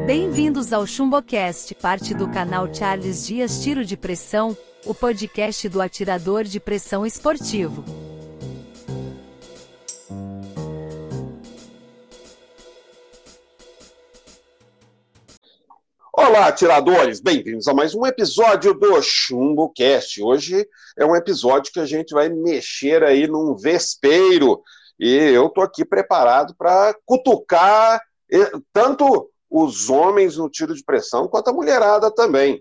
Bem-vindos ao ChumboCast, parte do canal Charles Dias Tiro de Pressão, o podcast do atirador de pressão esportivo. Olá, atiradores! Bem-vindos a mais um episódio do ChumboCast. Hoje é um episódio que a gente vai mexer aí num vespeiro e eu tô aqui preparado para cutucar tanto os homens no tiro de pressão quanto a mulherada também.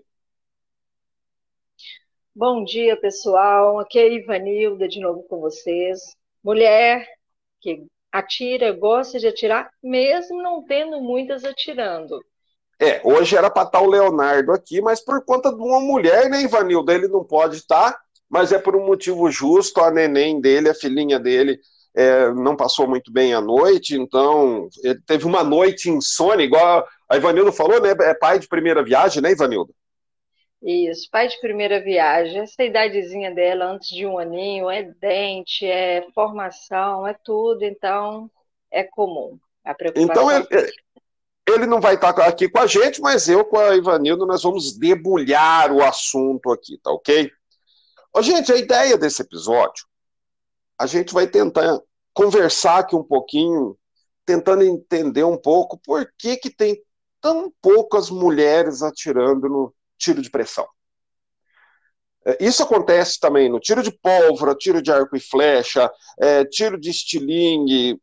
Bom dia, pessoal. Aqui é a Ivanilda de novo com vocês. Mulher que atira, gosta de atirar, mesmo não tendo muitas atirando. Hoje era para estar o Leonardo aqui, mas por conta de uma mulher, né, Ivanilda? Ele não pode estar, mas é por um motivo justo. A neném dele, a filhinha dele, não passou muito bem a noite, então ele teve uma noite insônia, igual a Ivanilda falou, né? É pai de primeira viagem, né, Ivanilda? Isso, pai de primeira viagem. Essa idadezinha dela, antes de 1 aninho, é dente, é formação, é tudo, então é comum a Então preocupação. ele não vai estar aqui com a gente, mas eu com a Ivanilda nós vamos debulhar o assunto aqui, tá ok? Ô, gente, a ideia desse episódio, a gente vai tentar conversar aqui um pouquinho, tentando entender um pouco por que tem tão poucas mulheres atirando no tiro de pressão. Isso acontece também no tiro de pólvora, tiro de arco e flecha, tiro de estilingue.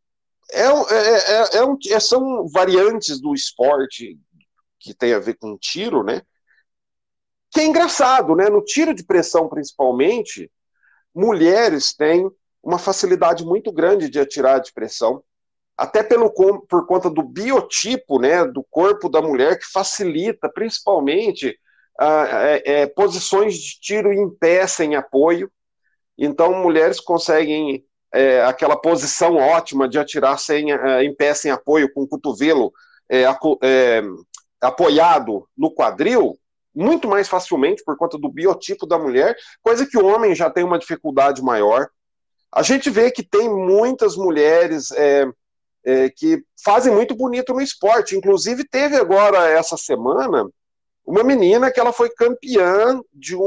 São variantes do esporte que tem a ver com tiro, né? Que é engraçado, né? No tiro de pressão, principalmente, mulheres têm uma facilidade muito grande de atirar de pressão, até por conta do biotipo, né, do corpo da mulher, que facilita, principalmente, posições de tiro em pé sem apoio. Então, mulheres conseguem aquela posição ótima de atirar em pé sem apoio, com o cotovelo apoiado no quadril, muito mais facilmente por conta do biotipo da mulher, coisa que o homem já tem uma dificuldade maior. A gente vê que tem muitas mulheres que fazem muito bonito no esporte. Inclusive, teve agora, essa semana, uma menina que ela foi campeã de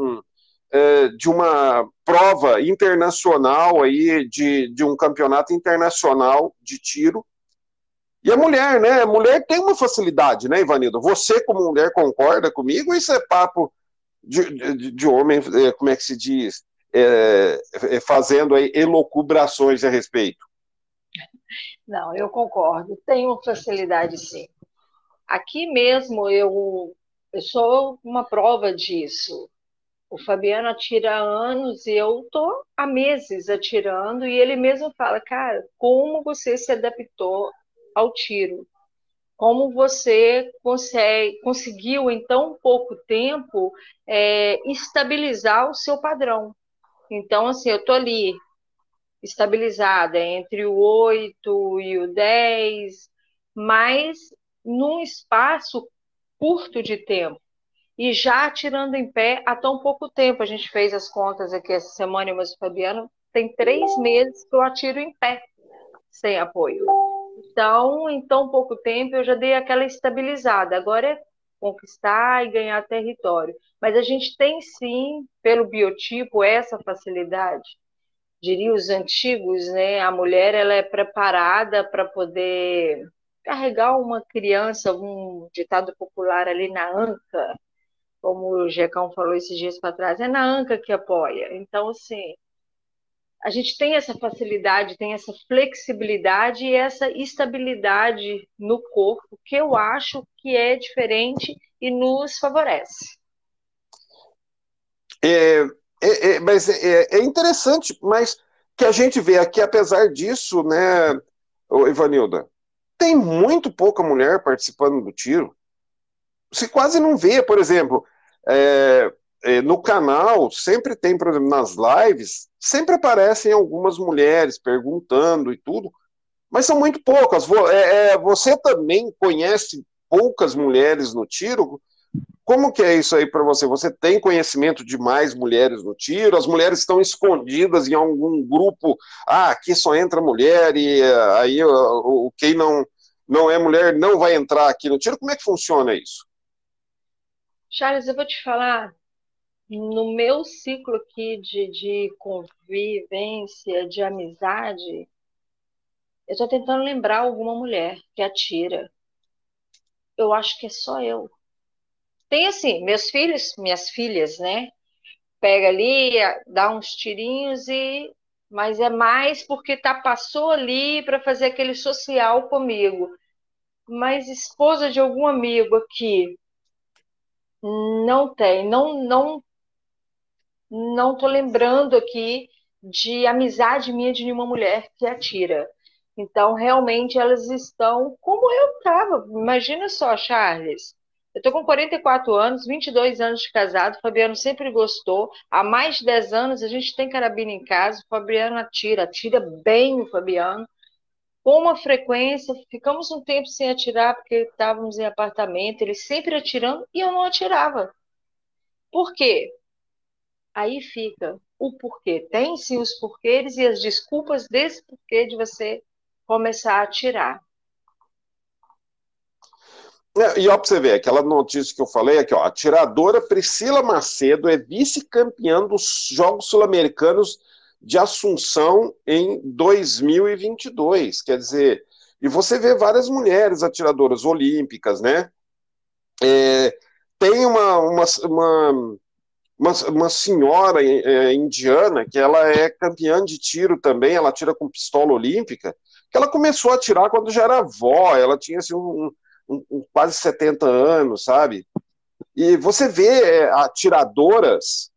uma prova internacional aí, de um campeonato internacional de tiro. E a mulher, né? A mulher tem uma facilidade, né, Ivanilda? Você, como mulher, concorda comigo? Isso é papo de homem, como é que se diz? Fazendo aí elucubrações a respeito. Não, eu concordo. Tenho facilidade, sim. Aqui mesmo eu sou uma prova disso. O Fabiano atira há anos e eu estou há meses atirando, e ele mesmo fala, cara, como você se adaptou ao tiro? Como você conseguiu, em tão pouco tempo, estabilizar o seu padrão? Então, assim, eu estou ali, estabilizada entre o 8 e o 10, mas num espaço curto de tempo. E já atirando em pé há tão pouco tempo. A gente fez as contas aqui essa semana, mas o Fabiano tem 3 meses que eu atiro em pé, sem apoio. Então, em tão pouco tempo, eu já dei aquela estabilizada. Agora é conquistar e ganhar território. Mas a gente tem, sim, pelo biotipo, essa facilidade. Diria os antigos, né? A mulher ela é preparada para poder carregar uma criança, um ditado popular ali na anca, como o Jecão falou esses dias para trás, é na anca que apoia. Então, assim, a gente tem essa facilidade, tem essa flexibilidade e essa estabilidade no corpo, que eu acho que é diferente e nos favorece. Mas é interessante, mas que a gente vê aqui, apesar disso, né, Ivanilda, tem muito pouca mulher participando do tiro. Você quase não vê, por exemplo, no canal, sempre tem, por exemplo, nas lives, sempre aparecem algumas mulheres perguntando e tudo, mas são muito poucas. Você também conhece poucas mulheres no tiro? Como que é isso aí para você? Você tem conhecimento de mais mulheres no tiro? As mulheres estão escondidas em algum grupo? Aqui só entra mulher e aí quem não é mulher, não vai entrar aqui no tiro? Como é que funciona isso? Charles, eu vou te falar, no meu ciclo aqui de convivência, de amizade, eu estou tentando lembrar alguma mulher que atira. Eu acho que é só eu. Tem assim, meus filhos, minhas filhas, né? Pega ali, dá uns tirinhos e mas é mais porque passou ali para fazer aquele social comigo. Mas esposa de algum amigo aqui não tem, não tô lembrando aqui de amizade minha de nenhuma mulher que atira. Então, realmente, elas estão como eu estava. Imagina só, Charles. Eu estou com 44 anos, 22 anos de casado. O Fabiano sempre gostou. Há mais de 10 anos a gente tem carabina em casa. O Fabiano atira bem o Fabiano. Com uma frequência, ficamos um tempo sem atirar porque estávamos em apartamento. Ele sempre atirando e eu não atirava. Por quê? Aí fica o porquê. Tem sim os porquês e as desculpas desse porquê de você começar a tirar. E ó, pra você ver, aquela notícia que eu falei aqui, ó, a atiradora Priscila Macedo é vice-campeã dos Jogos Sul-Americanos de Assunção em 2022. Quer dizer, e você vê várias mulheres atiradoras olímpicas, né? Tem uma senhora indiana que ela é campeã de tiro também, ela atira com pistola olímpica, que ela começou a atirar quando já era avó, ela tinha assim, quase 70 anos, sabe? E você vê atiradoras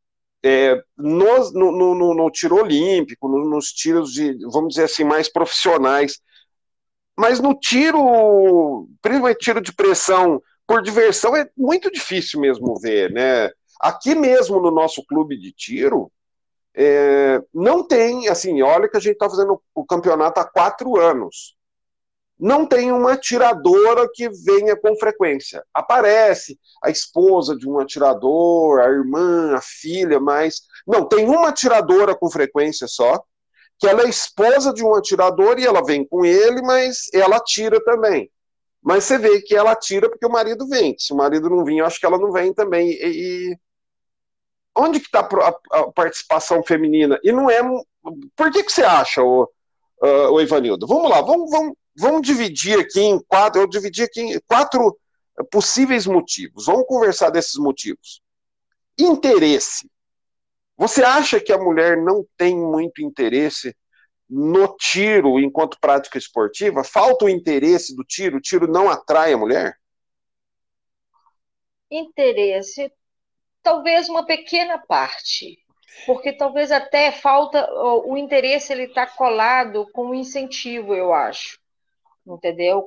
no tiro olímpico, nos tiros de, vamos dizer assim, mais profissionais. Mas no tiro, principalmente tiro de pressão por diversão, é muito difícil mesmo ver, né? Aqui mesmo no nosso clube de tiro, não tem, assim, olha que a gente está fazendo o campeonato há 4 anos. Não tem uma atiradora que venha com frequência. Aparece a esposa de um atirador, a irmã, a filha, mas não, tem uma atiradora com frequência só, que ela é esposa de um atirador e ela vem com ele, mas ela atira também. Mas você vê que ela atira porque o marido vem. Se o marido não vir, eu acho que ela não vem também. E onde que está a participação feminina? E não é... Por que você acha, o Ivanildo? Vamos lá, vamos dividir aqui em 4... Eu dividi aqui em 4 possíveis motivos. Vamos conversar desses motivos. Interesse. Você acha que a mulher não tem muito interesse no tiro enquanto prática esportiva? Falta o interesse do tiro? O tiro não atrai a mulher? Interesse, talvez uma pequena parte, porque talvez até falta o interesse, ele está colado com o incentivo, eu acho, entendeu?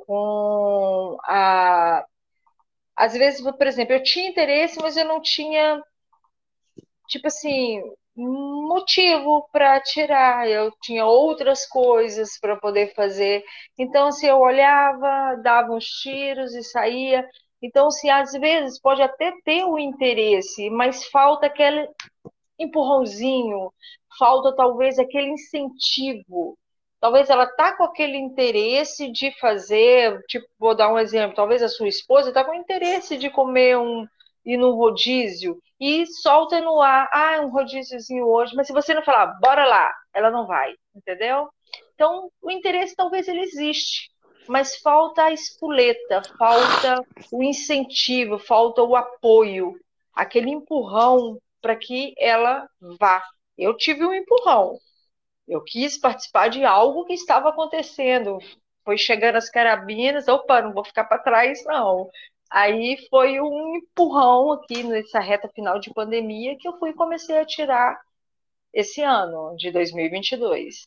Às vezes, por exemplo, eu tinha interesse, mas eu não tinha, tipo assim, motivo para tirar. Eu tinha outras coisas para poder fazer. Então, se eu olhava, dava uns tiros e saía. Então, se às vezes pode até ter o interesse, mas falta aquele empurrãozinho, falta talvez aquele incentivo. Talvez ela tá com aquele interesse de fazer, tipo, vou dar um exemplo, talvez a sua esposa tá com interesse de comer ir no rodízio e solta no ar, um rodíziozinho hoje, mas se você não falar, bora lá, ela não vai, entendeu? Então, o interesse talvez ele existe, mas falta a espoleta, falta o incentivo, falta o apoio, aquele empurrão para que ela vá. Eu tive um empurrão. Eu quis participar de algo que estava acontecendo. Foi chegando as carabinas, opa, não vou ficar para trás, não. Aí foi um empurrão aqui nessa reta final de pandemia que eu fui e comecei a tirar esse ano, de 2022.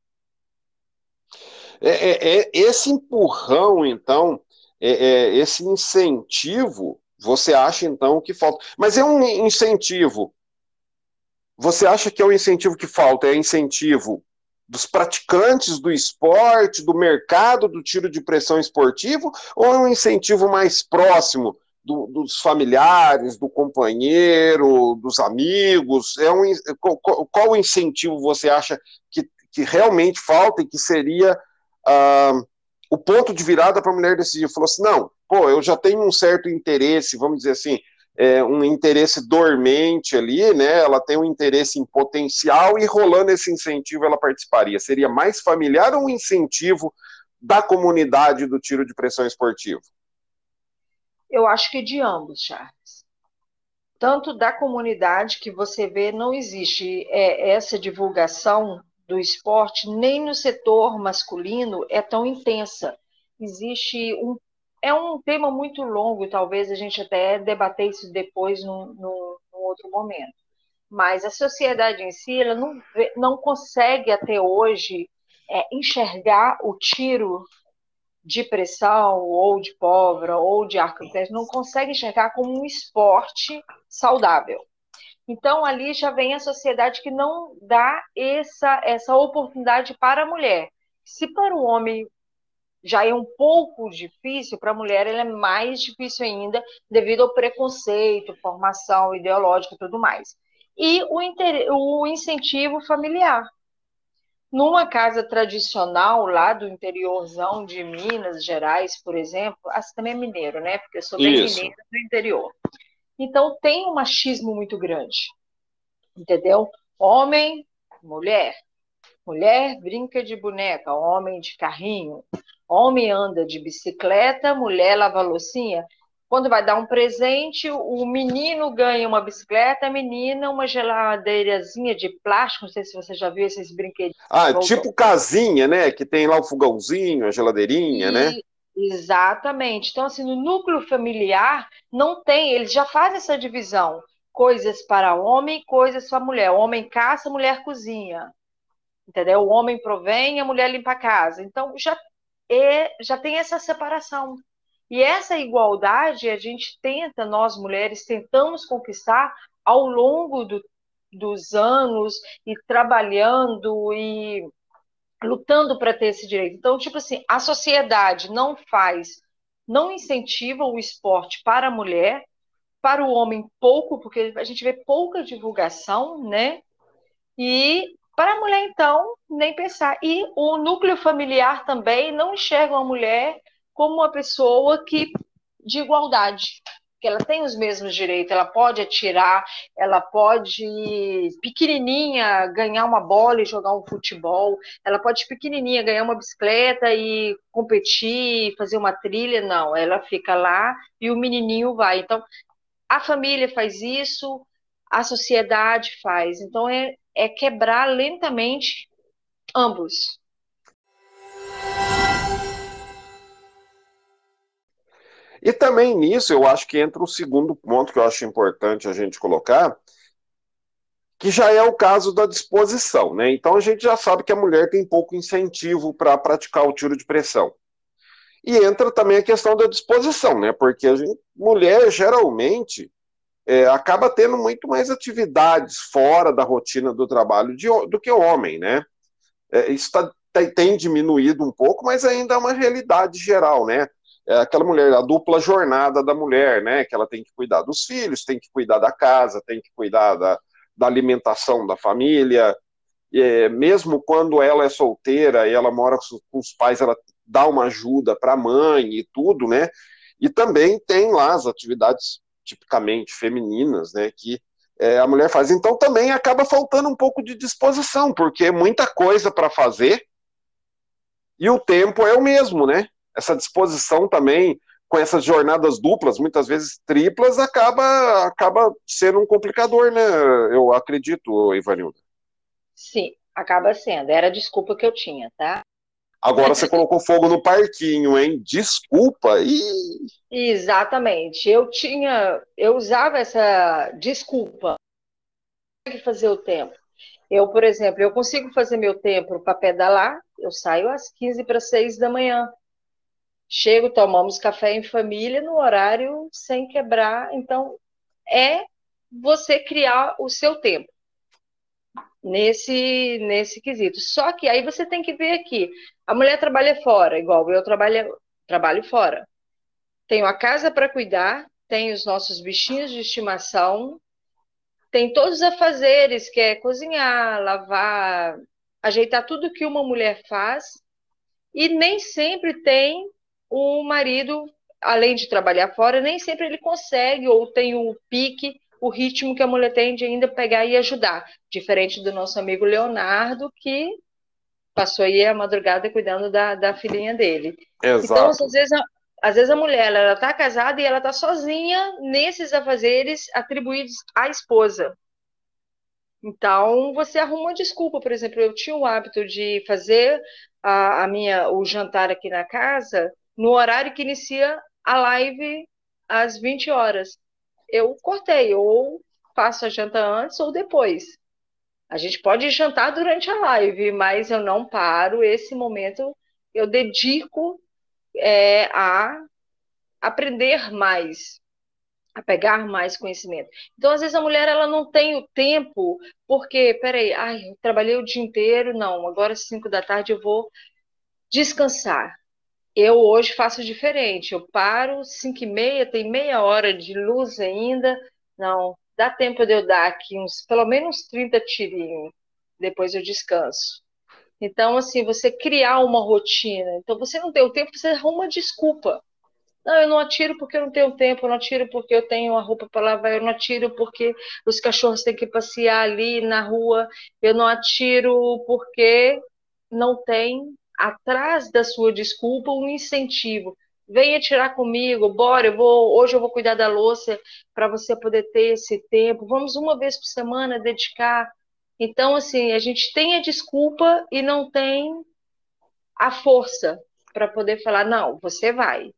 Esse empurrão, então, esse incentivo, você acha, então, que falta. Mas é um incentivo. Você acha que é o incentivo que falta? É incentivo dos praticantes do esporte, do mercado do tiro de pressão esportivo, ou é um incentivo mais próximo dos familiares, do companheiro, dos amigos? Qual incentivo você acha que realmente falta e que seria o ponto de virada para a mulher decidir. Falou assim, não, pô, eu já tenho um certo interesse, vamos dizer assim, um interesse dormente ali, né? Ela tem um interesse em potencial e rolando esse incentivo ela participaria. Seria mais familiar ou um incentivo da comunidade do tiro de pressão esportivo? Eu acho que de ambos, Charles. Tanto da comunidade que você vê, não existe essa divulgação do esporte, nem no setor masculino é tão intensa. Existe é um tema muito longo, talvez a gente até debater isso depois num outro momento. Mas a sociedade em si, ela não consegue até hoje enxergar o tiro de pressão, ou de pólvora, ou de arco e flecha, não consegue enxergar como um esporte saudável. Então, ali já vem a sociedade que não dá essa oportunidade para a mulher. Se para o homem já é um pouco difícil, para a mulher ele é mais difícil ainda, devido ao preconceito, formação ideológica e tudo mais. E o incentivo familiar. Numa casa tradicional lá do interiorzão de Minas Gerais, por exemplo, assim também é mineiro, né? Porque eu sou bem Isso. mineira do interior. Então tem um machismo muito grande, entendeu? Homem, mulher. Mulher brinca de boneca, homem de carrinho. Homem anda de bicicleta, mulher lava a loucinha. Quando vai dar um presente, o menino ganha uma bicicleta, a menina uma geladeirazinha de plástico. Não sei se você já viu esses brinquedos. Ah, tipo casinha, né? Que tem lá o fogãozinho, a geladeirinha, né? E, exatamente. Então, assim, no núcleo familiar não tem, eles já fazem essa divisão. Coisas para homem, coisas para mulher. O homem caça, a mulher cozinha. Entendeu? O homem provém, a mulher limpa a casa. Então, já tem essa separação. E essa igualdade a gente tenta, nós mulheres, tentamos conquistar ao longo dos anos e trabalhando e lutando para ter esse direito. Então, tipo assim, a sociedade não incentiva o esporte para a mulher, para o homem pouco, porque a gente vê pouca divulgação, né? E para a mulher, então, nem pensar. E o núcleo familiar também não enxerga a mulher como uma pessoa de igualdade, que ela tem os mesmos direitos, ela pode atirar, ela pode, pequenininha, ganhar uma bola e jogar um futebol, ela pode, pequenininha, ganhar uma bicicleta e competir, fazer uma trilha, não, ela fica lá e o menininho vai. Então, a família faz isso, a sociedade faz. Então, é quebrar lentamente ambos. E também nisso eu acho que entra o segundo ponto que eu acho importante a gente colocar, que já é o caso da disposição, né? Então a gente já sabe que a mulher tem pouco incentivo para praticar o tiro de pressão. E entra também a questão da disposição, né? Porque mulher geralmente acaba tendo muito mais atividades fora da rotina do trabalho do que o homem, né? Isso tem diminuído um pouco, mas ainda é uma realidade geral, né? Aquela mulher, a dupla jornada da mulher, né? Que ela tem que cuidar dos filhos, tem que cuidar da casa, tem que cuidar da alimentação da família. Mesmo quando ela é solteira e ela mora com os pais, ela dá uma ajuda para a mãe e tudo, né? E também tem lá as atividades tipicamente femininas, né? Que a mulher faz. Então também acaba faltando um pouco de disposição, porque é muita coisa para fazer e o tempo é o mesmo, né? Essa disposição também, com essas jornadas duplas, muitas vezes triplas, acaba sendo um complicador, né? Eu acredito, Ivanildo. Sim, acaba sendo. Era a desculpa que eu tinha, tá? Agora você colocou fogo no parquinho, hein? Desculpa. Exatamente. Eu usava essa desculpa de fazer o tempo. Eu, por exemplo, eu consigo fazer meu tempo para pedalar, eu saio às 15 para 6 da manhã. Chego, tomamos café em família no horário sem quebrar. Então, é você criar o seu tempo nesse quesito. Só que aí você tem que ver aqui. A mulher trabalha fora, igual eu trabalho fora. Tenho a casa para cuidar, tenho os nossos bichinhos de estimação, tem todos os afazeres, que é cozinhar, lavar, ajeitar tudo que uma mulher faz. E nem sempre tem o marido, além de trabalhar fora, nem sempre ele consegue ou tem o pique, o ritmo que a mulher tem de ainda pegar e ajudar. Diferente do nosso amigo Leonardo, que passou aí a madrugada cuidando da filhinha dele. Então, Exato. às vezes a mulher ela está casada e ela está sozinha nesses afazeres atribuídos à esposa. Então, você arruma uma desculpa. Por exemplo, eu tinha o hábito de fazer o jantar aqui na casa no horário que inicia a live às 20 horas. Eu cortei, ou faço a janta antes ou depois. A gente pode jantar durante a live, mas eu não paro. Esse momento eu dedico a aprender mais, a pegar mais conhecimento. Então, às vezes, a mulher ela não tem o tempo, porque, peraí, ai, eu trabalhei o dia inteiro, não, agora às 5 da tarde eu vou descansar. Eu hoje faço diferente, eu paro 5h30, tem meia hora de luz ainda, não, dá tempo de eu dar aqui pelo menos 30 tirinhos, depois eu descanso. Então, assim, você criar uma rotina. Então, você não tem o tempo, você arruma desculpa. Não, eu não atiro porque eu não tenho tempo, eu não atiro porque eu tenho a roupa para lavar, eu não atiro porque os cachorros têm que passear ali na rua, eu não atiro porque não tem atrás da sua desculpa um incentivo. Venha tirar comigo, bora, hoje eu vou cuidar da louça para você poder ter esse tempo. Vamos uma vez por semana dedicar. Então, assim, a gente tem a desculpa e não tem a força para poder falar, não, você vai.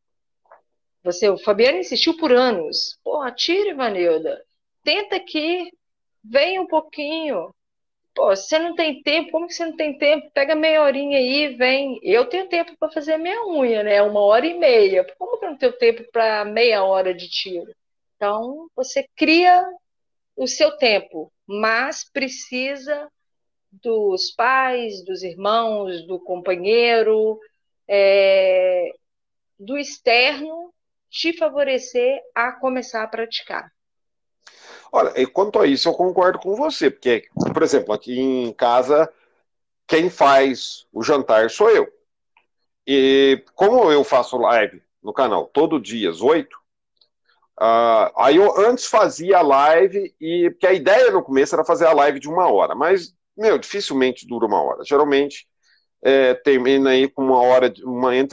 O Fabiano insistiu por anos. Pô, atire, Vanilda. Tenta aqui, vem um pouquinho. Pô, você não tem tempo, como que você não tem tempo? Pega meia horinha aí, vem. Eu tenho tempo para fazer minha unha, né? 1h30. Como que eu não tenho tempo para meia hora de tiro? Então, você cria o seu tempo, mas precisa dos pais, dos irmãos, do companheiro, é, do externo te favorecer a começar a praticar. Olha, e quanto a isso, eu concordo com você, porque, por exemplo, aqui em casa, quem faz o jantar sou eu. E como eu faço live no canal todo dia às 8, aí eu antes fazia a live, porque a ideia no começo era fazer a live de 1 hora, mas, meu, dificilmente dura 1 hora. Geralmente termina aí com 1 hora, entre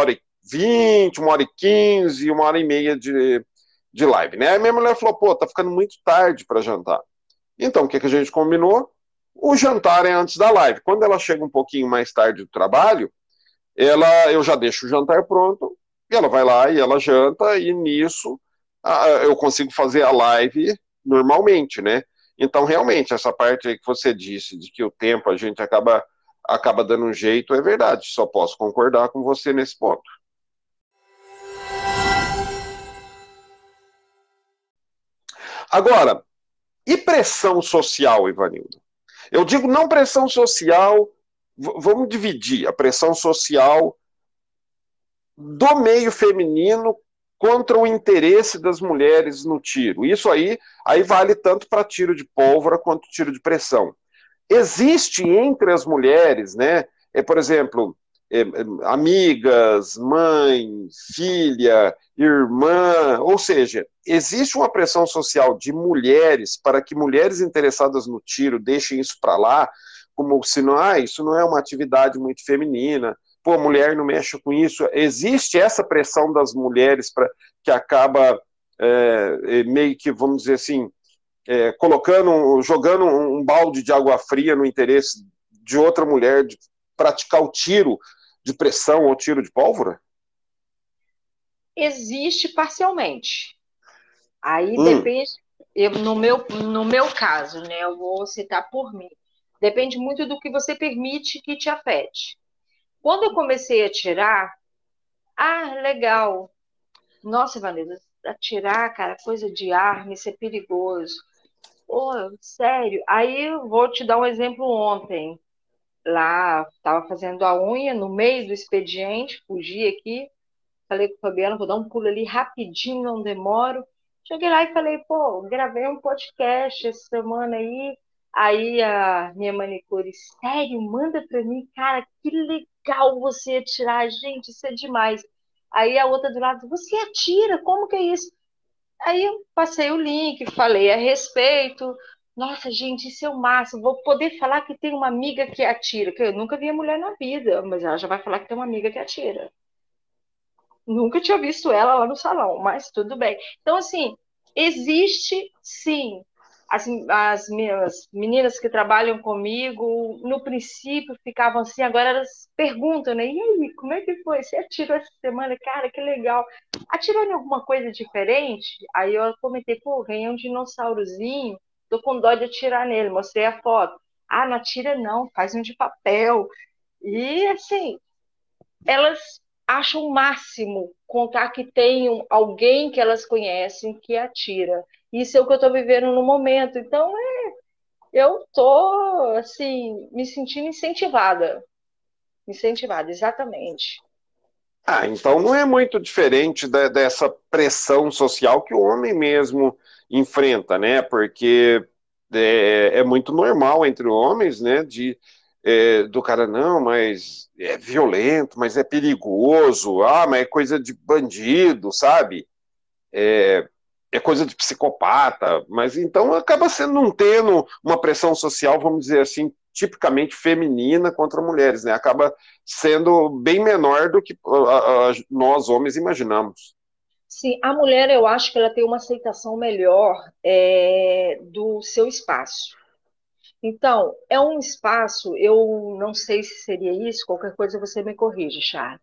1h20, 1h15 e 1h30 de live, né? Aí minha mulher falou, pô, tá ficando muito tarde para jantar. Então, o que a gente combinou? O jantar é antes da live. Quando ela chega um pouquinho mais tarde do trabalho, eu já deixo o jantar pronto, e ela vai lá e ela janta, e nisso eu consigo fazer a live normalmente, né? Então, realmente, essa parte aí que você disse, de que o tempo a gente acaba dando um jeito, é verdade. Só posso concordar com você nesse ponto. Agora, e pressão social, Ivanildo? Eu digo não pressão social, vamos dividir a pressão social do meio feminino contra o interesse das mulheres no tiro. Isso aí vale tanto para tiro de pólvora quanto tiro de pressão. Existe entre as mulheres, né? Por exemplo, amigas, mãe, filha, irmã, ou seja, existe uma pressão social de mulheres para que mulheres interessadas no tiro deixem isso para lá, como se não, isso não é uma atividade muito feminina, pô, mulher não mexe com isso. Existe essa pressão das mulheres que acaba meio que, vamos dizer assim, jogando um balde de água fria no interesse de outra mulher de praticar o tiro de pressão ou tiro de pólvora? Existe parcialmente. Aí depende, no meu caso, né? Eu vou citar por mim. Depende muito do que você permite que te afete. Quando eu comecei a tirar, legal. Nossa, Vanessa, atirar, cara, coisa de arma, isso é perigoso. Pô, sério. Aí eu vou te dar um exemplo ontem. Lá, estava fazendo a unha no meio do expediente, fugi aqui. Falei com o Fabiano, vou dar um pulo ali rapidinho, não demoro. Cheguei lá e falei, pô, gravei um podcast essa semana aí. Aí a minha manicure, sério, manda pra mim, cara, que legal você atirar, gente, isso é demais. Aí a outra do lado, você atira, como que é isso? Aí eu passei o link, falei a respeito. Nossa, gente, isso é o máximo. Vou poder falar que tem uma amiga que atira, que eu nunca vi a mulher na vida, mas ela já vai falar que tem uma amiga que atira. Nunca tinha visto ela lá no salão, mas tudo bem. Então, assim, existe sim. As minhas meninas que trabalham comigo, no princípio ficavam assim, agora elas perguntam, né? E aí, como é que foi? Você atirou essa semana? Cara, que legal. Atirou em alguma coisa diferente? Aí eu comentei, pô, ganhei um dinossaurozinho, tô com dó de atirar nele, mostrei a foto. Ah, não atira não, faz um de papel. E assim, elas acham o máximo contar que tem alguém que elas conhecem que atira. Isso é o que eu estou vivendo no momento. Então, eu estou, assim, me sentindo incentivada. Incentivada, exatamente. Ah, então não é muito diferente dessa pressão social que o homem mesmo enfrenta, né? Porque é muito normal entre homens, né? Do cara, não, mas é violento, mas é perigoso, mas é coisa de bandido, sabe? É coisa de psicopata, mas então acaba sendo não tendo uma pressão social, vamos dizer assim, tipicamente feminina contra mulheres, né? Acaba sendo bem menor do que nós homens imaginamos. Sim, a mulher, eu acho que ela tem uma aceitação melhor do seu espaço. Então, é um espaço, eu não sei se seria isso, qualquer coisa você me corrige, Charles.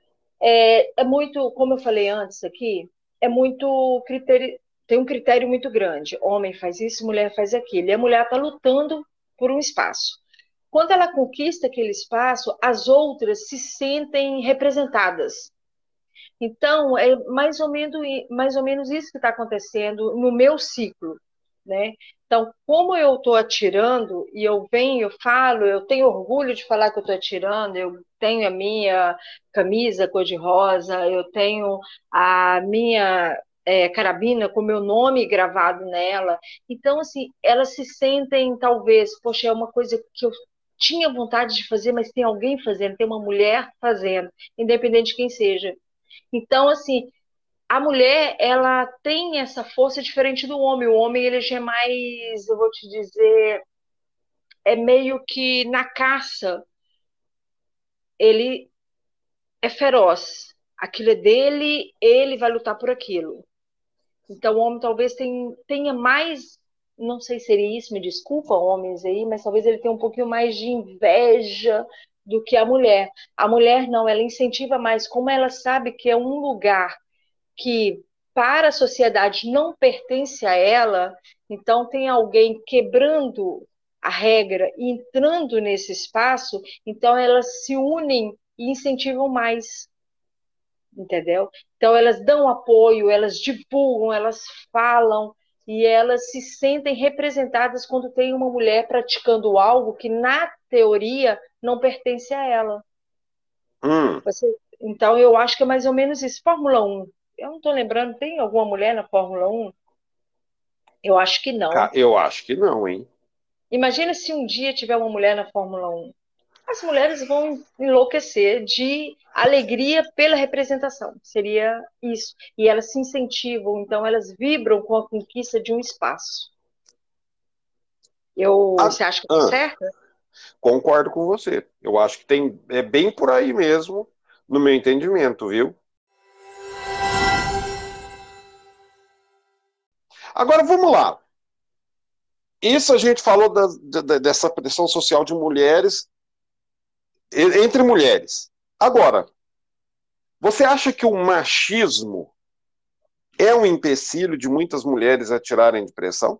É muito, como eu falei antes aqui, é muito critério, tem um critério muito grande. Homem faz isso, mulher faz aquilo. E a mulher está lutando por um espaço. Quando ela conquista aquele espaço, as outras se sentem representadas. Então, é mais ou menos isso que está acontecendo no meu ciclo, né? Então, como eu estou atirando e eu venho, eu falo, eu tenho orgulho de falar que eu estou atirando, eu tenho a minha camisa cor-de-rosa, eu tenho a minha carabina com meu nome gravado nela. Então, assim, elas se sentem, talvez, poxa, é uma coisa que eu tinha vontade de fazer, mas tem alguém fazendo, tem uma mulher fazendo, independente de quem seja. Então, assim, a mulher, ela tem essa força diferente do homem. O homem, ele já é mais, eu vou te dizer, é meio que na caça, ele é feroz. Aquilo é dele, ele vai lutar por aquilo. Então, o homem talvez tenha mais, não sei se seria isso, me desculpa, homens aí, mas talvez ele tenha um pouquinho mais de inveja do que a mulher. A mulher não, ela incentiva mais, como ela sabe que é um lugar que para a sociedade não pertence a ela, então tem alguém quebrando a regra e entrando nesse espaço, então elas se unem e incentivam mais, entendeu? Então elas dão apoio, elas divulgam, elas falam e elas se sentem representadas quando tem uma mulher praticando algo que na teoria não pertence a ela. Hum, Então eu acho que é mais ou menos isso. Fórmula 1. Eu não estou lembrando, tem alguma mulher na Fórmula 1? Eu acho que não. eu acho que não, hein? Imagina se um dia tiver uma mulher na Fórmula 1. As mulheres vão enlouquecer de alegria pela representação. Seria isso. E elas se incentivam, então elas vibram com a conquista de um espaço. Ah, Você acha que eu estou ah, certa? concordo com você. Eu acho que é bem por aí mesmo, no meu entendimento, viu? Agora vamos lá. Isso a gente falou dessa pressão social de mulheres entre mulheres. Agora, você acha que o machismo é um empecilho de muitas mulheres a tirarem de pressão?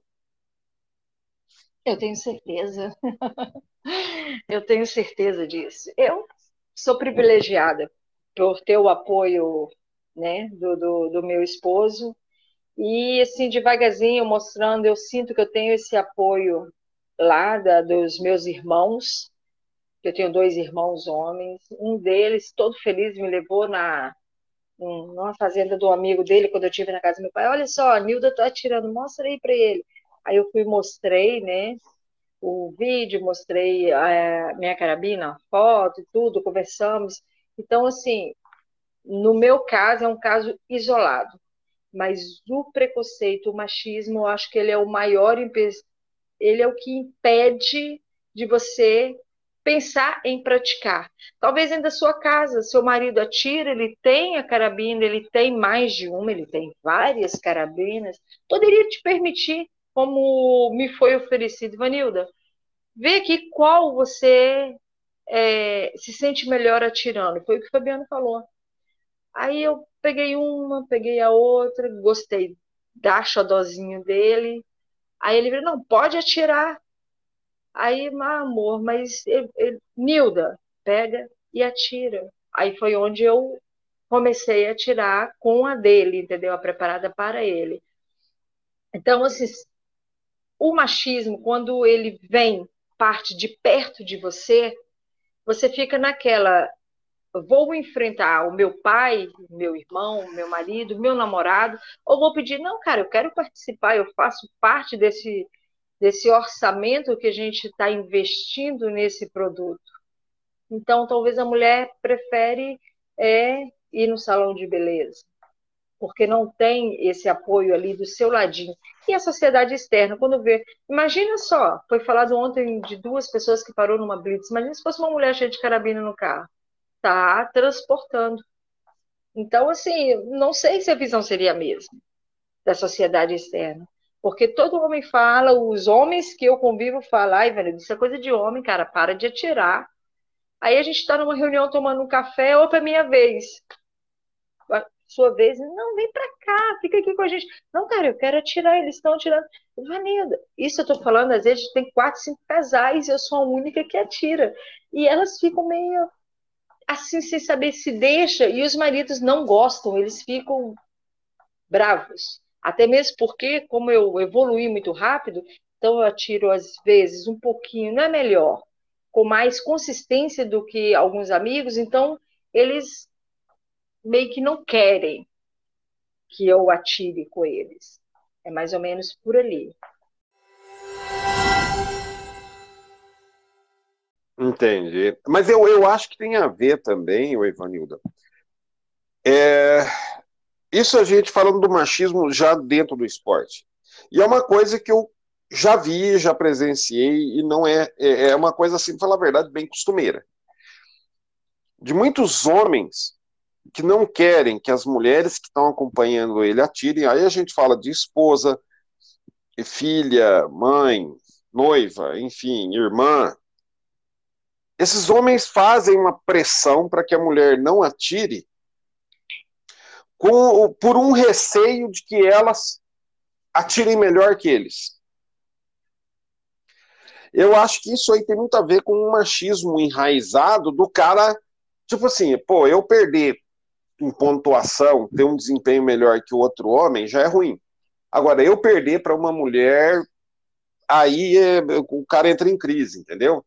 Eu tenho certeza. Eu tenho certeza disso. Eu sou privilegiada por ter o apoio, né, do meu esposo. E assim, devagarzinho, mostrando, eu sinto que eu tenho esse apoio lá dos meus irmãos, que eu tenho dois irmãos homens. Um deles, todo feliz, me levou numa fazenda do amigo dele, quando eu estive na casa do meu pai. Olha só, a Nilda tá atirando, mostra aí para ele. Aí eu fui e mostrei, né? o vídeo, mostrei a minha carabina, a foto e tudo, conversamos. Então, assim, no meu caso, é um caso isolado. Mas o preconceito, o machismo, eu acho que ele é o maior, ele é o que impede de você pensar em praticar. Talvez dentro da sua casa, seu marido atira, ele tem a carabina, ele tem mais de uma, ele tem várias carabinas, poderia te permitir, como me foi oferecido, Vanilda, vê aqui qual você se sente melhor atirando. Foi o que o Fabiano falou. Aí eu peguei uma, peguei a outra, gostei da xodozinho dele. Aí ele falou, não, pode atirar. Aí, amor, mas Nilda, pega e atira. Aí foi onde eu comecei a atirar com a dele, entendeu? A preparada para ele. Então, assim, o machismo, quando ele vem, parte de perto de você, você fica naquela, vou enfrentar o meu pai, meu irmão, meu marido, meu namorado, ou vou pedir, não, cara, eu quero participar, eu faço parte desse orçamento que a gente está investindo nesse produto. Então, talvez a mulher prefere ir no salão de beleza, porque não tem esse apoio ali do seu ladinho. E a sociedade externa, quando vê. Imagina só, foi falado ontem de duas pessoas que parou numa blitz. Imagina se fosse uma mulher cheia de carabina no carro. Tá transportando. Então, assim, não sei se a visão seria a mesma da sociedade externa. Porque todo homem fala, os homens que eu convivo falam, ai, velho, isso é coisa de homem, cara, para de atirar. Aí a gente está numa reunião tomando um café, opa, é minha vez. A sua vez, não, vem pra cá, fica aqui com a gente. Não, cara, eu quero atirar, eles estão atirando. Vanilda, isso eu tô falando, às vezes tem 4, 5 casais e eu sou a única que atira. E elas ficam meio assim, sem saber se deixa, e os maridos não gostam, eles ficam bravos. Até mesmo porque, como eu evoluí muito rápido, então eu atiro às vezes um pouquinho, não é melhor, com mais consistência do que alguns amigos, então eles meio que não querem que eu atire com eles. É mais ou menos por ali. Entendi. Mas eu acho que tem a ver também, o Ivanilda. É, isso a gente falando do machismo já dentro do esporte. E é uma coisa que eu já vi, já presenciei, e não é uma coisa, assim, para falar a verdade, bem costumeira. De muitos homens que não querem que as mulheres que estão acompanhando ele atirem, aí a gente fala de esposa, filha, mãe, noiva, enfim, irmã. Esses homens fazem uma pressão para que a mulher não atire por um receio de que elas atirem melhor que eles. Eu acho que isso aí tem muito a ver com um machismo enraizado do cara, tipo assim, pô, eu perder em pontuação, ter um desempenho melhor que o outro homem, já é ruim. Agora, eu perder para uma mulher, aí o cara entra em crise, entendeu?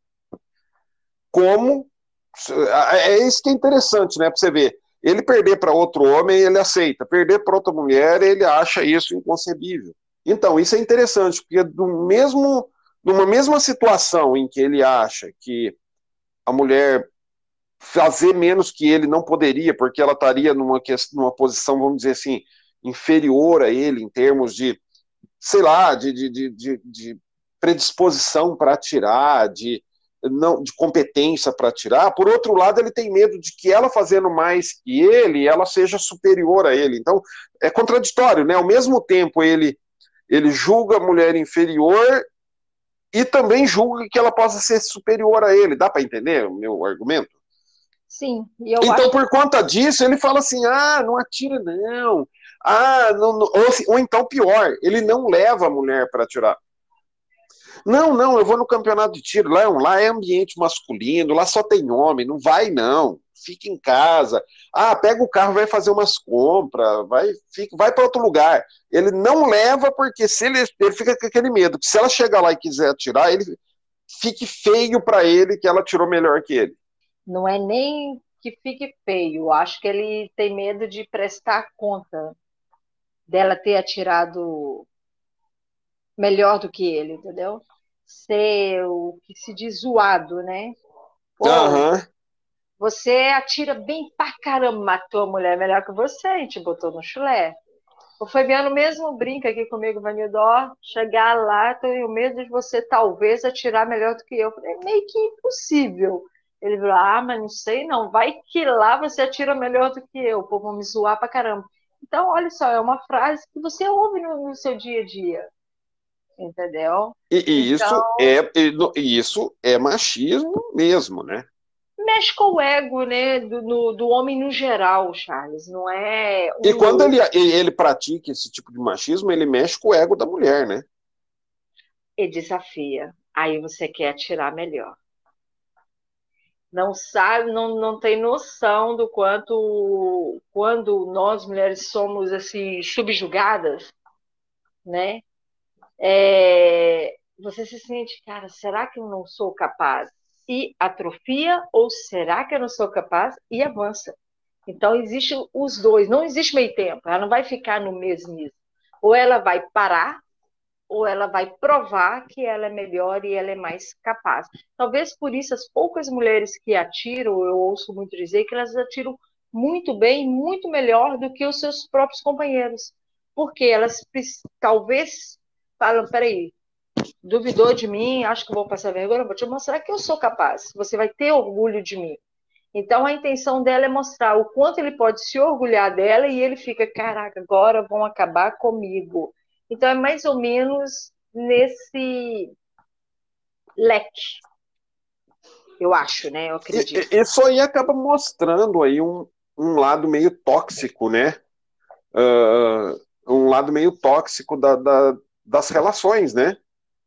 Como é isso que é interessante, né? Para você ver. Ele perder para outro homem, ele aceita. Perder para outra mulher, ele acha isso inconcebível. Então, isso é interessante, porque numa mesma situação em que ele acha que a mulher fazer menos que ele não poderia, porque ela estaria numa posição, vamos dizer assim, inferior a ele em termos de, sei lá, de predisposição para atirar, não, de competência para atirar. Por outro lado, ele tem medo de que ela fazendo mais que ele, ela seja superior a ele. Então, é contraditório, né? Ao mesmo tempo, ele julga a mulher inferior e também julga que ela possa ser superior a ele. Dá para entender o meu argumento? Sim, e eu Então, acho por conta disso, ele fala assim: ah, não atira, não. Ah, não, ou então pior, ele não leva a mulher para atirar. Não, não, eu vou no campeonato de tiro, lá é ambiente masculino, lá só tem homem, não vai não, fica em casa. Ah, pega o carro, vai fazer umas compras, vai para outro lugar. Ele não leva porque se ele fica com aquele medo, que se ela chegar lá e quiser atirar, ele fique feio para ele que ela tirou melhor que ele. não é nem que fique feio, eu acho que ele tem medo de prestar conta dela ter atirado melhor do que ele, entendeu? ser o que se diz zoado, né? Pô, Aham. você atira bem pra caramba, matou a mulher melhor que você, a gente botou no chulé. O Fabiano mesmo brinca aqui comigo, Vanildó, chegar lá, tenho medo de você talvez atirar melhor do que eu. Falei, é meio que impossível. Ele falou, mas não sei não, vai que lá você atira melhor do que eu, o povo vai me zoar pra caramba. Então, olha só, é uma frase que você ouve no seu dia a dia, entendeu? E Então, isso é machismo mesmo, né? mexe com o ego, né, do homem no geral, Charles, não é E um quando ou ele pratica esse tipo de machismo, ele mexe com o ego da mulher, né? e desafia. Aí você quer atirar melhor. Não sabe, não tem noção do quanto quando nós mulheres somos assim subjugadas, né? Você se sente, cara, será que eu não sou capaz? E atrofia ou será que eu não sou capaz? E avança. Então existe os dois, não existe meio tempo. Ela não vai ficar no mesmo. Ou ela vai parar ou ela vai provar que ela é melhor e ela é mais capaz. Talvez por isso as poucas mulheres que atiram, eu ouço muito dizer que elas atiram muito bem, muito melhor do que os seus próprios companheiros. Porque elas talvez falam, peraí, duvidou de mim, acho que vou passar vergonha, vou te mostrar que eu sou capaz. Você vai ter orgulho de mim. Então a intenção dela é mostrar o quanto ele pode se orgulhar dela e ele fica, caraca, agora vão acabar comigo. Então é mais ou menos nesse leque, eu acho, né? Eu acredito. Isso aí acaba mostrando aí um lado meio tóxico, né? Ah, um lado meio tóxico das relações, né?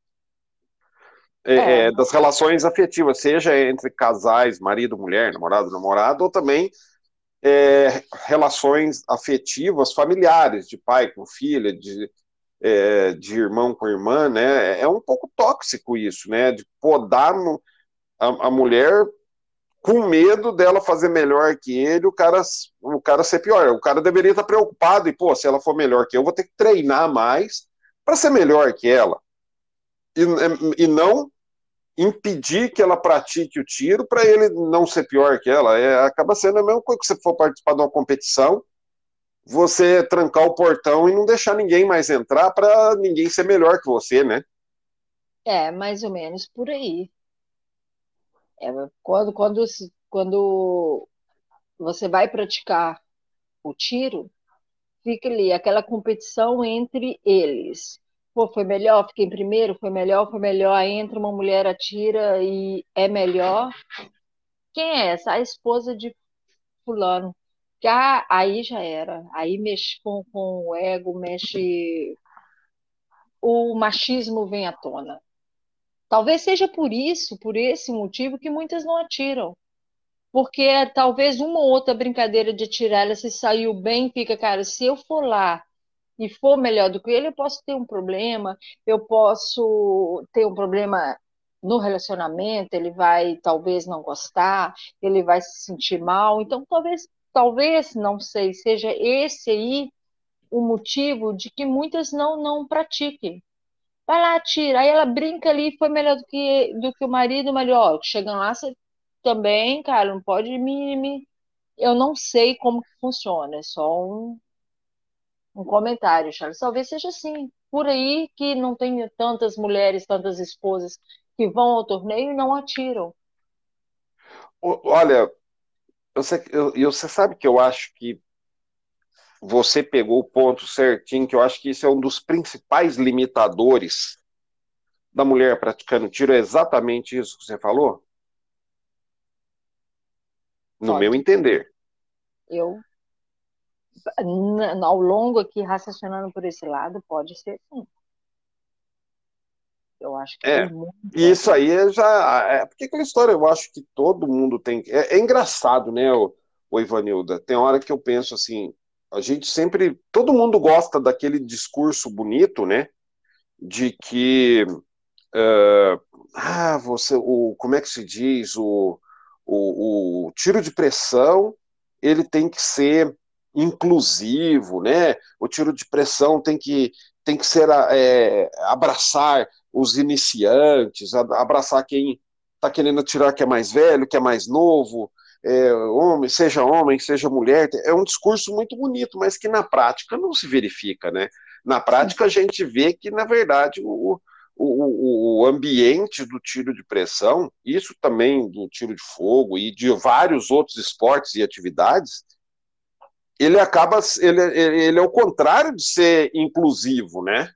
É, Das relações afetivas, seja entre casais, marido, mulher, namorado, namorado, ou também relações afetivas familiares, de pai com filha, de irmão com irmã, né? É um pouco tóxico isso, né? De podar a mulher com medo dela fazer melhor que ele, o cara ser pior. O cara deveria estar preocupado e, pô, se ela for melhor que eu, vou ter que treinar mais para ser melhor que ela. E não impedir que ela pratique o tiro para ele não ser pior que ela. Acaba sendo a mesma coisa que você for participar de uma competição, você trancar o portão e não deixar ninguém mais entrar para ninguém ser melhor que você, né? mais ou menos por aí. É, quando você vai praticar o tiro, fica ali aquela competição entre eles. Pô, foi melhor, fiquei em primeiro, foi melhor. Aí entra uma mulher, atira e é melhor. Quem é essa? A esposa de fulano. Aí já era. Aí mexe com o ego, mexe. O machismo vem à tona. Talvez seja por isso, por esse motivo, que muitas não atiram. Porque talvez uma ou outra brincadeira de atirar, ela se saiu bem, fica, cara, se eu for lá e for melhor do que ele, eu posso ter um problema, eu posso ter um problema no relacionamento, ele vai talvez não gostar, ele vai se sentir mal. Então, talvez, não sei, seja esse aí o motivo de que muitas não pratiquem. Vai lá, tira. Aí ela brinca ali, foi melhor do que o marido, mas ó, chegando lá, você também, cara, não pode Eu não sei como que funciona, é só um comentário, Charles. Talvez seja assim. Por aí que não tem tantas mulheres, tantas esposas que vão ao torneio e não atiram. Olha, você sabe que eu acho que você pegou o ponto certinho, que eu acho que isso é um dos principais limitadores da mulher praticando tiro, é exatamente isso que você falou? No meu Pode. entender. Eu, ao longo aqui, raciocinando por esse lado, pode ser sim. Eu acho que tem É. muito E a isso ver. aí porque aquela história eu acho que todo mundo tem. É engraçado, né, o Ivanilda? Tem hora que eu penso assim, a gente sempre. Todo mundo gosta daquele discurso bonito, né? De que como é que se diz? O tiro de pressão ele tem que ser inclusivo, né? O tiro de pressão tem que ser abraçar os iniciantes, abraçar quem está querendo atirar, que é mais velho, que é mais novo, homem, seja mulher. É um discurso muito bonito, mas que na prática não se verifica, né? Na prática a gente vê que, na verdade, o ambiente do tiro de pressão, isso também do tiro de fogo e de vários outros esportes e atividades, ele é o contrário de ser inclusivo, né?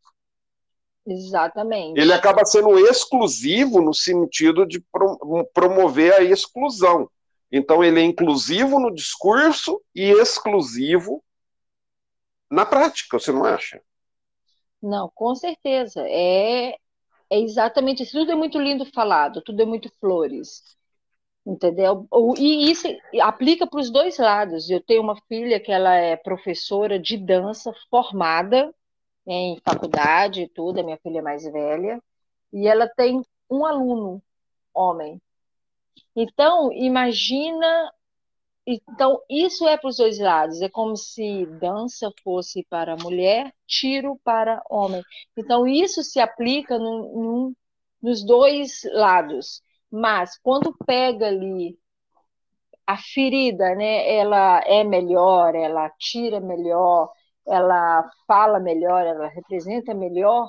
Ele Exatamente. acaba sendo exclusivo no sentido de promover a exclusão. Então, ele é inclusivo no discurso e exclusivo na prática, você não acha? Não, com certeza. É exatamente isso. Tudo é muito lindo falado, tudo é muito flores. Entendeu? E isso aplica para os dois lados. Eu tenho uma filha que ela é professora de dança formada em faculdade e tudo, a minha filha é mais velha, e ela tem um aluno homem. Então, imagina, então isso é para os dois lados. É como se dança fosse para mulher, tiro para homem. Então, isso se aplica nos dois lados. Mas quando pega ali a ferida, né, ela é melhor, ela tira melhor, ela fala melhor, ela representa melhor,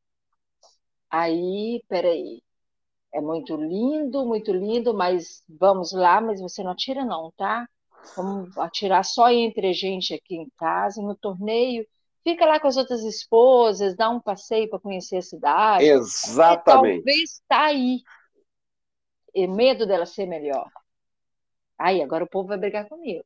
aí, peraí, é muito lindo, mas vamos lá, mas você não atira não, tá? Vamos atirar só entre a gente aqui em casa, no torneio, fica lá com as outras esposas, dá um passeio para conhecer a cidade, Exatamente. talvez tá aí, e medo dela ser melhor. Aí, agora o povo vai brigar comigo.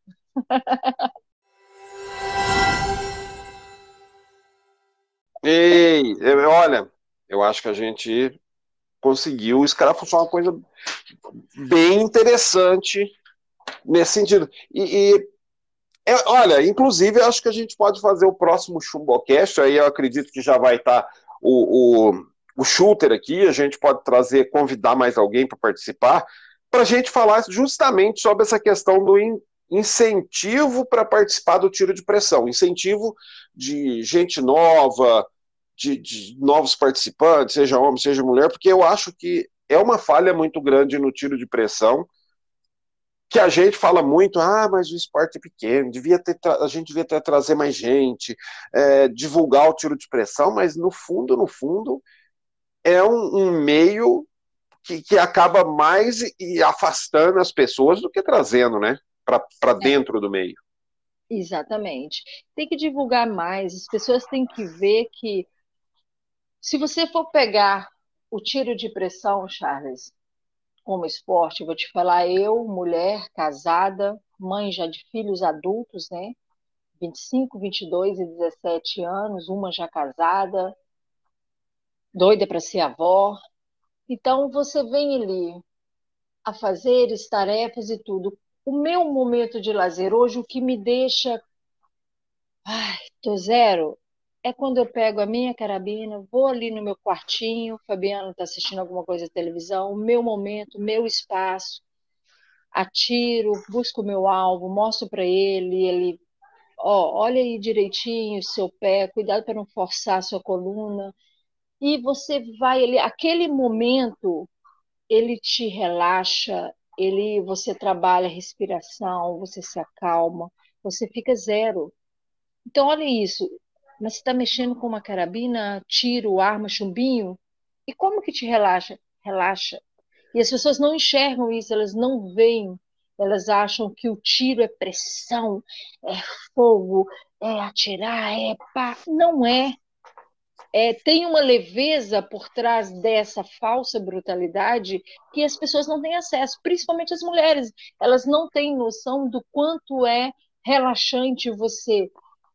Ei, olha, eu acho que a gente conseguiu escarafuçar uma coisa bem interessante nesse sentido. Olha, inclusive, eu acho que a gente pode fazer o próximo Chumbocast, aí eu acredito que já vai estar o shooter aqui, a gente pode convidar mais alguém para participar, para a gente falar justamente sobre essa questão do incentivo para participar do tiro de pressão, incentivo de gente nova, de novos participantes, seja homem, seja mulher, porque eu acho que é uma falha muito grande no tiro de pressão, que a gente fala muito, mas o esporte é pequeno, a gente devia ter trazer mais gente, divulgar o tiro de pressão, mas no fundo, é um meio que acaba mais afastando as pessoas do que trazendo, né, para dentro do meio. Exatamente. Tem que divulgar mais, as pessoas têm que ver que, se você for pegar o tiro de pressão, Charles, como esporte, eu vou te falar, eu, mulher, casada, mãe já de filhos adultos, né? 25, 22 e 17 anos, uma já casada, doida para ser avó. Então, você vem ali a fazer as tarefas e tudo. O meu momento de lazer hoje, o que me deixa, tô zero, é quando eu pego a minha carabina, vou ali no meu quartinho, o Fabiano está assistindo alguma coisa na televisão, o meu momento, o meu espaço, atiro, busco o meu alvo, mostro para ele, ó, olha aí direitinho o seu pé, cuidado para não forçar a sua coluna, e você vai ali, aquele momento, ele te relaxa, você trabalha a respiração, você se acalma, você fica zero. Então, olha isso. Mas você está mexendo com uma carabina, tiro, arma, chumbinho? E como que te relaxa? Relaxa. E as pessoas não enxergam isso, elas não veem. Elas acham que o tiro é pressão, é fogo, é atirar, é pá. Não é. Tem uma leveza por trás dessa falsa brutalidade que as pessoas não têm acesso, principalmente as mulheres. Elas não têm noção do quanto é relaxante você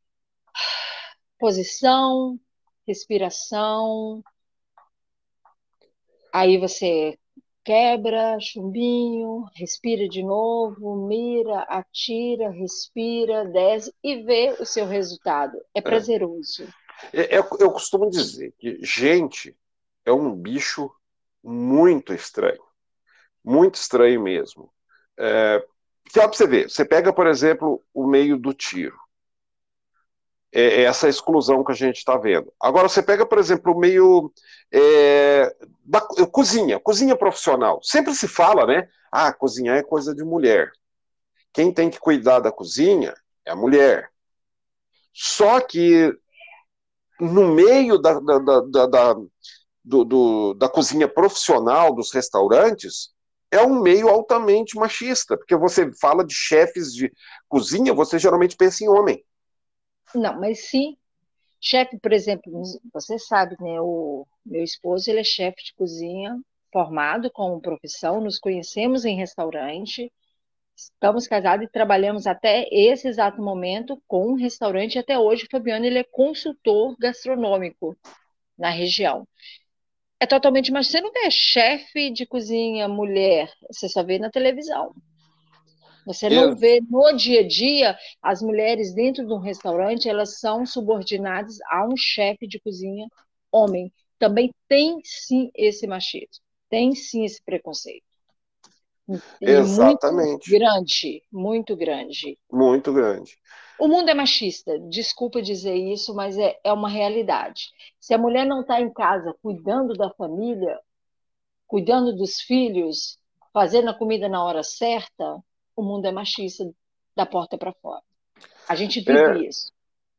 posição, respiração, aí você quebra, chumbinho, respira de novo, mira, atira, respira, desce e vê o seu resultado. É prazeroso. Eu costumo dizer que gente é um bicho muito estranho mesmo. Só para você ver, você pega, por exemplo, o meio do tiro. essa exclusão que a gente está vendo. Agora, você pega, por exemplo, o meio da cozinha profissional. Sempre se fala, né? Ah, cozinhar é coisa de mulher. Quem tem que cuidar da cozinha é a mulher. Só que no meio da cozinha profissional dos restaurantes, é um meio altamente machista, porque você fala de chefes de cozinha, você geralmente pensa em homem. Não, mas sim, chefe, por exemplo, você sabe, né? O meu esposo, ele é chefe de cozinha, formado como profissão, nos conhecemos em restaurante, estamos casados e trabalhamos até esse exato momento com um restaurante. Até hoje, o Fabiano, ele é consultor gastronômico na região. É totalmente, mas você não vê chefe de cozinha mulher, você só vê na televisão. Você não Ex vê no dia a dia as mulheres dentro de um restaurante, elas são subordinadas a um chefe de cozinha homem. Também tem sim esse machismo, tem sim esse preconceito. E muito Exatamente. grande, muito grande. Muito grande. O mundo é machista, desculpa dizer isso, mas é uma realidade. Se a mulher não está em casa cuidando da família, cuidando dos filhos, fazendo a comida na hora certa, o mundo é machista da porta para fora. A gente É, vive isso.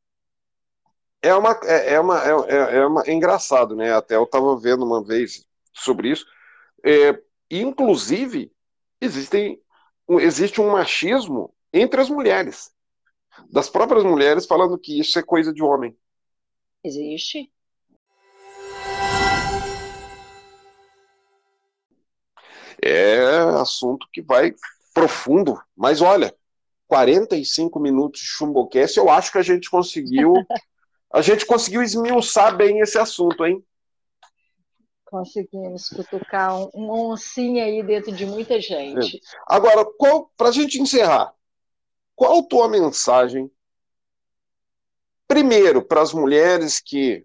é engraçado, né? Até eu estava vendo uma vez sobre isso. Inclusive, existe um machismo entre as mulheres, das próprias mulheres falando que isso é coisa de homem. Existe. É assunto que vai profundo. Mas olha, 45 minutos de Chumbocast, eu acho que a gente conseguiu esmiuçar bem esse assunto, hein? Conseguimos cutucar uma oncinha aí dentro de muita gente. Agora, para a gente encerrar, qual a tua mensagem, primeiro, para as mulheres que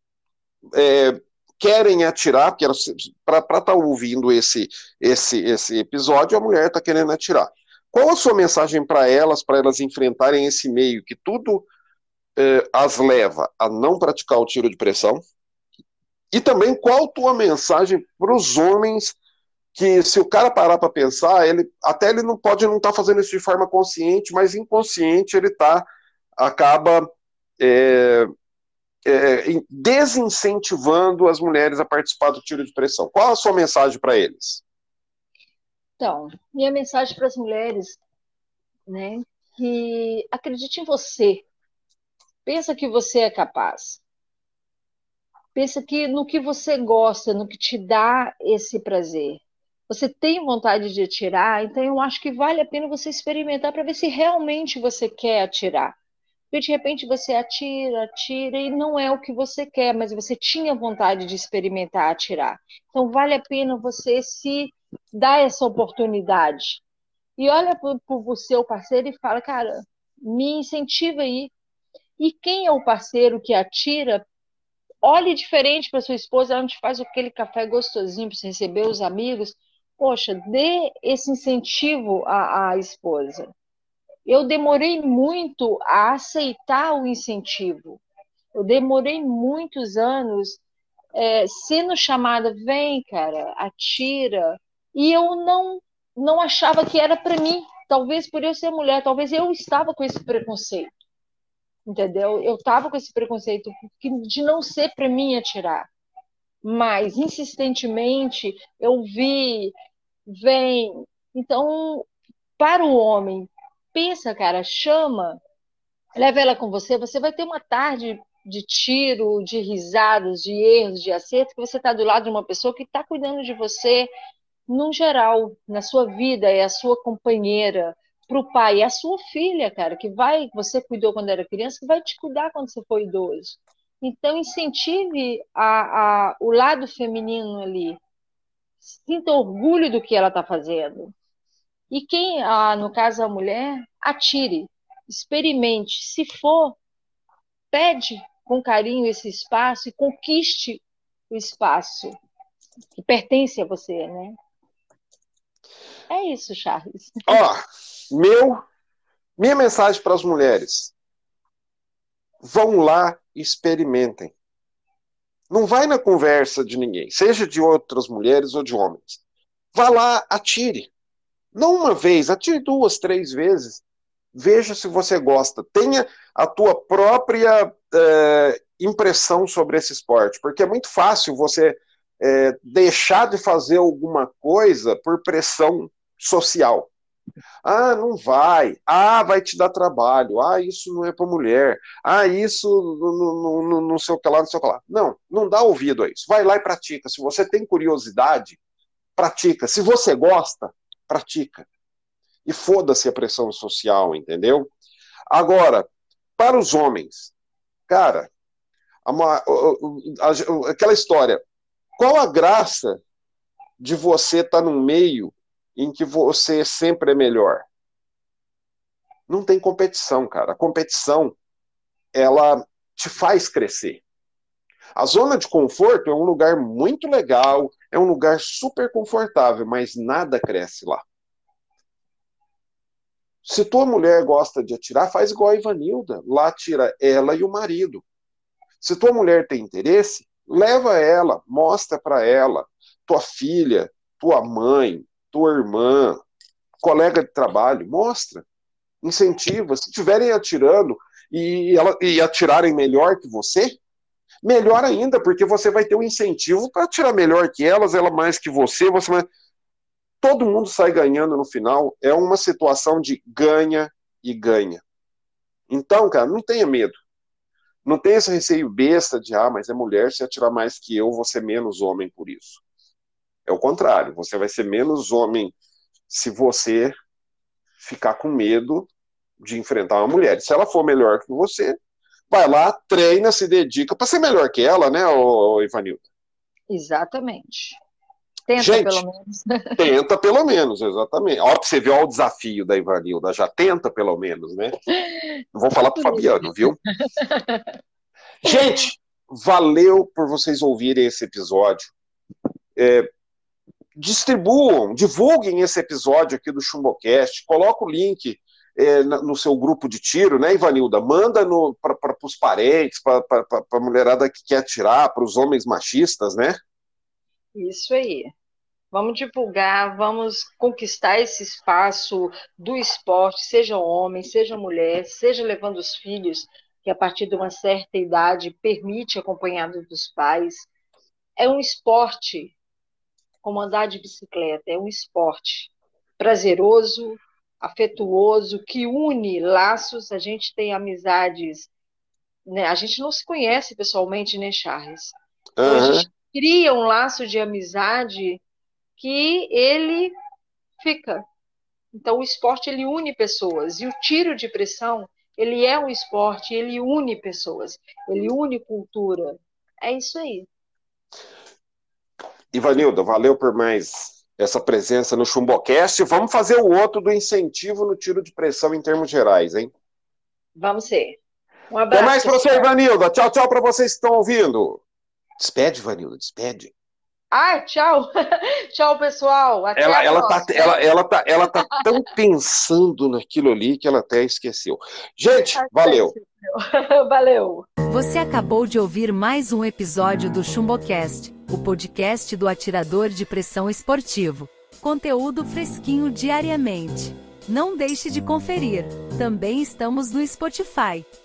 querem atirar, para estar ouvindo esse episódio, a mulher está querendo atirar. Qual a sua mensagem para elas enfrentarem esse meio que tudo as leva a não praticar o tiro de pressão? E também qual a tua mensagem para os homens que, se o cara parar para pensar, ele não pode não estar fazendo isso de forma consciente, mas inconsciente ele acaba é, desincentivando as mulheres a participar do tiro de pressão. Qual a sua mensagem para eles? Então, minha mensagem para as mulheres, né, que acredite em você. Pensa que você é capaz. Pensa que no que você gosta, no que te dá esse prazer. Você tem vontade de atirar, então eu acho que vale a pena você experimentar para ver se realmente você quer atirar. Porque de repente você atira, atira e não é o que você quer, mas você tinha vontade de experimentar atirar. Então vale a pena você se dar essa oportunidade. E olha para o seu parceiro e fala, cara, me incentiva aí. E quem é o parceiro que atira? Olhe diferente para sua esposa, ela te faz aquele café gostosinho para você receber os amigos. Poxa, dê esse incentivo à esposa. Eu demorei muito a aceitar o incentivo. Eu demorei muitos anos sendo chamada, vem, cara, atira. E eu não achava que era para mim. Talvez por eu ser mulher, talvez eu estava com esse preconceito. Entendeu? Eu estava com esse preconceito de não ser para mim atirar. Mas, insistentemente, eu vi, vem. Então, para o homem, pensa, cara, chama, leva ela com você, você vai ter uma tarde de tiro, de risadas, de erros, de acertos, que você está do lado de uma pessoa que está cuidando de você, no geral, na sua vida, é a sua companheira, para o pai, é a sua filha, cara, você cuidou quando era criança, que vai te cuidar quando você for idoso. Então, incentive o lado feminino ali. Sinta orgulho do que ela está fazendo. E quem, no caso a mulher, atire, experimente. Se for, pede com carinho esse espaço e conquiste o espaço que pertence a você, né? É isso, Charles. Ó, minha mensagem para as mulheres: vão lá e experimentem. Não vai na conversa de ninguém, seja de outras mulheres ou de homens. Vá lá, atire. Não uma vez, atire 2, 3 vezes. Veja se você gosta. Tenha a tua própria impressão sobre esse esporte, porque é muito fácil você deixar de fazer alguma coisa por pressão social. Ah, não vai. Ah, vai te dar trabalho. Ah, isso não é para mulher. Ah, isso não sei o que lá, não sei o que lá. Não, não dá ouvido a isso. Vai lá e pratica. Se você tem curiosidade, pratica. Se você gosta, pratica. E foda-se a pressão social, entendeu? Agora, para os homens, cara, aquela história, qual a graça de você estar num meio em que você sempre é melhor? Não tem competição, cara. A competição, ela te faz crescer. A zona de conforto é um lugar muito legal, é um lugar super confortável, mas nada cresce lá. Se tua mulher gosta de atirar, faz igual a Ivanilda. Lá atira ela e o marido. Se tua mulher tem interesse, leva ela, mostra para ela, tua filha, tua mãe, tua irmã, colega de trabalho, mostra, incentiva. Se estiverem atirando e atirarem melhor que você, melhor ainda, porque você vai ter um incentivo para atirar melhor que elas, ela mais que você vai... Todo mundo sai ganhando no final. É uma situação de ganha e ganha. Então, cara, não tenha medo. Não tenha esse receio besta de, mas é mulher, se atirar mais que eu, vou ser menos homem por isso. É o contrário, você vai ser menos homem se você ficar com medo de enfrentar uma mulher. Se ela for melhor que você, vai lá, treina, se dedica para ser melhor que ela, né, Ivanilda? Exatamente. Tenta, gente, pelo menos. Tenta pelo menos, exatamente. Ó, você viu o desafio da Ivanilda, já tenta pelo menos, né? Não vou falar pro Fabiano, viu? Gente, valeu por vocês ouvirem esse episódio. Distribuam, divulguem esse episódio aqui do Chumbocast, coloca o link no seu grupo de tiro, né, Ivanilda? Manda para os parentes, para a mulherada que quer atirar, para os homens machistas, né? Isso aí. Vamos divulgar, vamos conquistar esse espaço do esporte, seja homem, seja mulher, seja levando os filhos, que a partir de uma certa idade permite acompanhado dos pais. É um esporte, como andar de bicicleta, é um esporte prazeroso, afetuoso, que une laços. A gente tem amizades, né? A gente não se conhece pessoalmente, né, Charles? Então a gente cria um laço de amizade que ele fica. Então o esporte, ele une pessoas, e o tiro de pressão, ele é um esporte, ele une pessoas, ele une cultura. É isso aí. Ivanilda, valeu por mais essa presença no Chumbocast. Vamos fazer o outro do incentivo no tiro de pressão em termos gerais, hein? Vamos ser. Um abraço. Até mais para você, Ivanilda. Tchau, tchau para vocês que estão ouvindo. Despede, Ivanilda, despede. Tchau. Tchau, pessoal. Até ela tá tão pensando naquilo ali que ela até esqueceu. Gente, valeu. Valeu. Você acabou de ouvir mais um episódio do Chumbocast, o podcast do atirador de pressão esportivo. Conteúdo fresquinho diariamente. Não deixe de conferir. Também estamos no Spotify.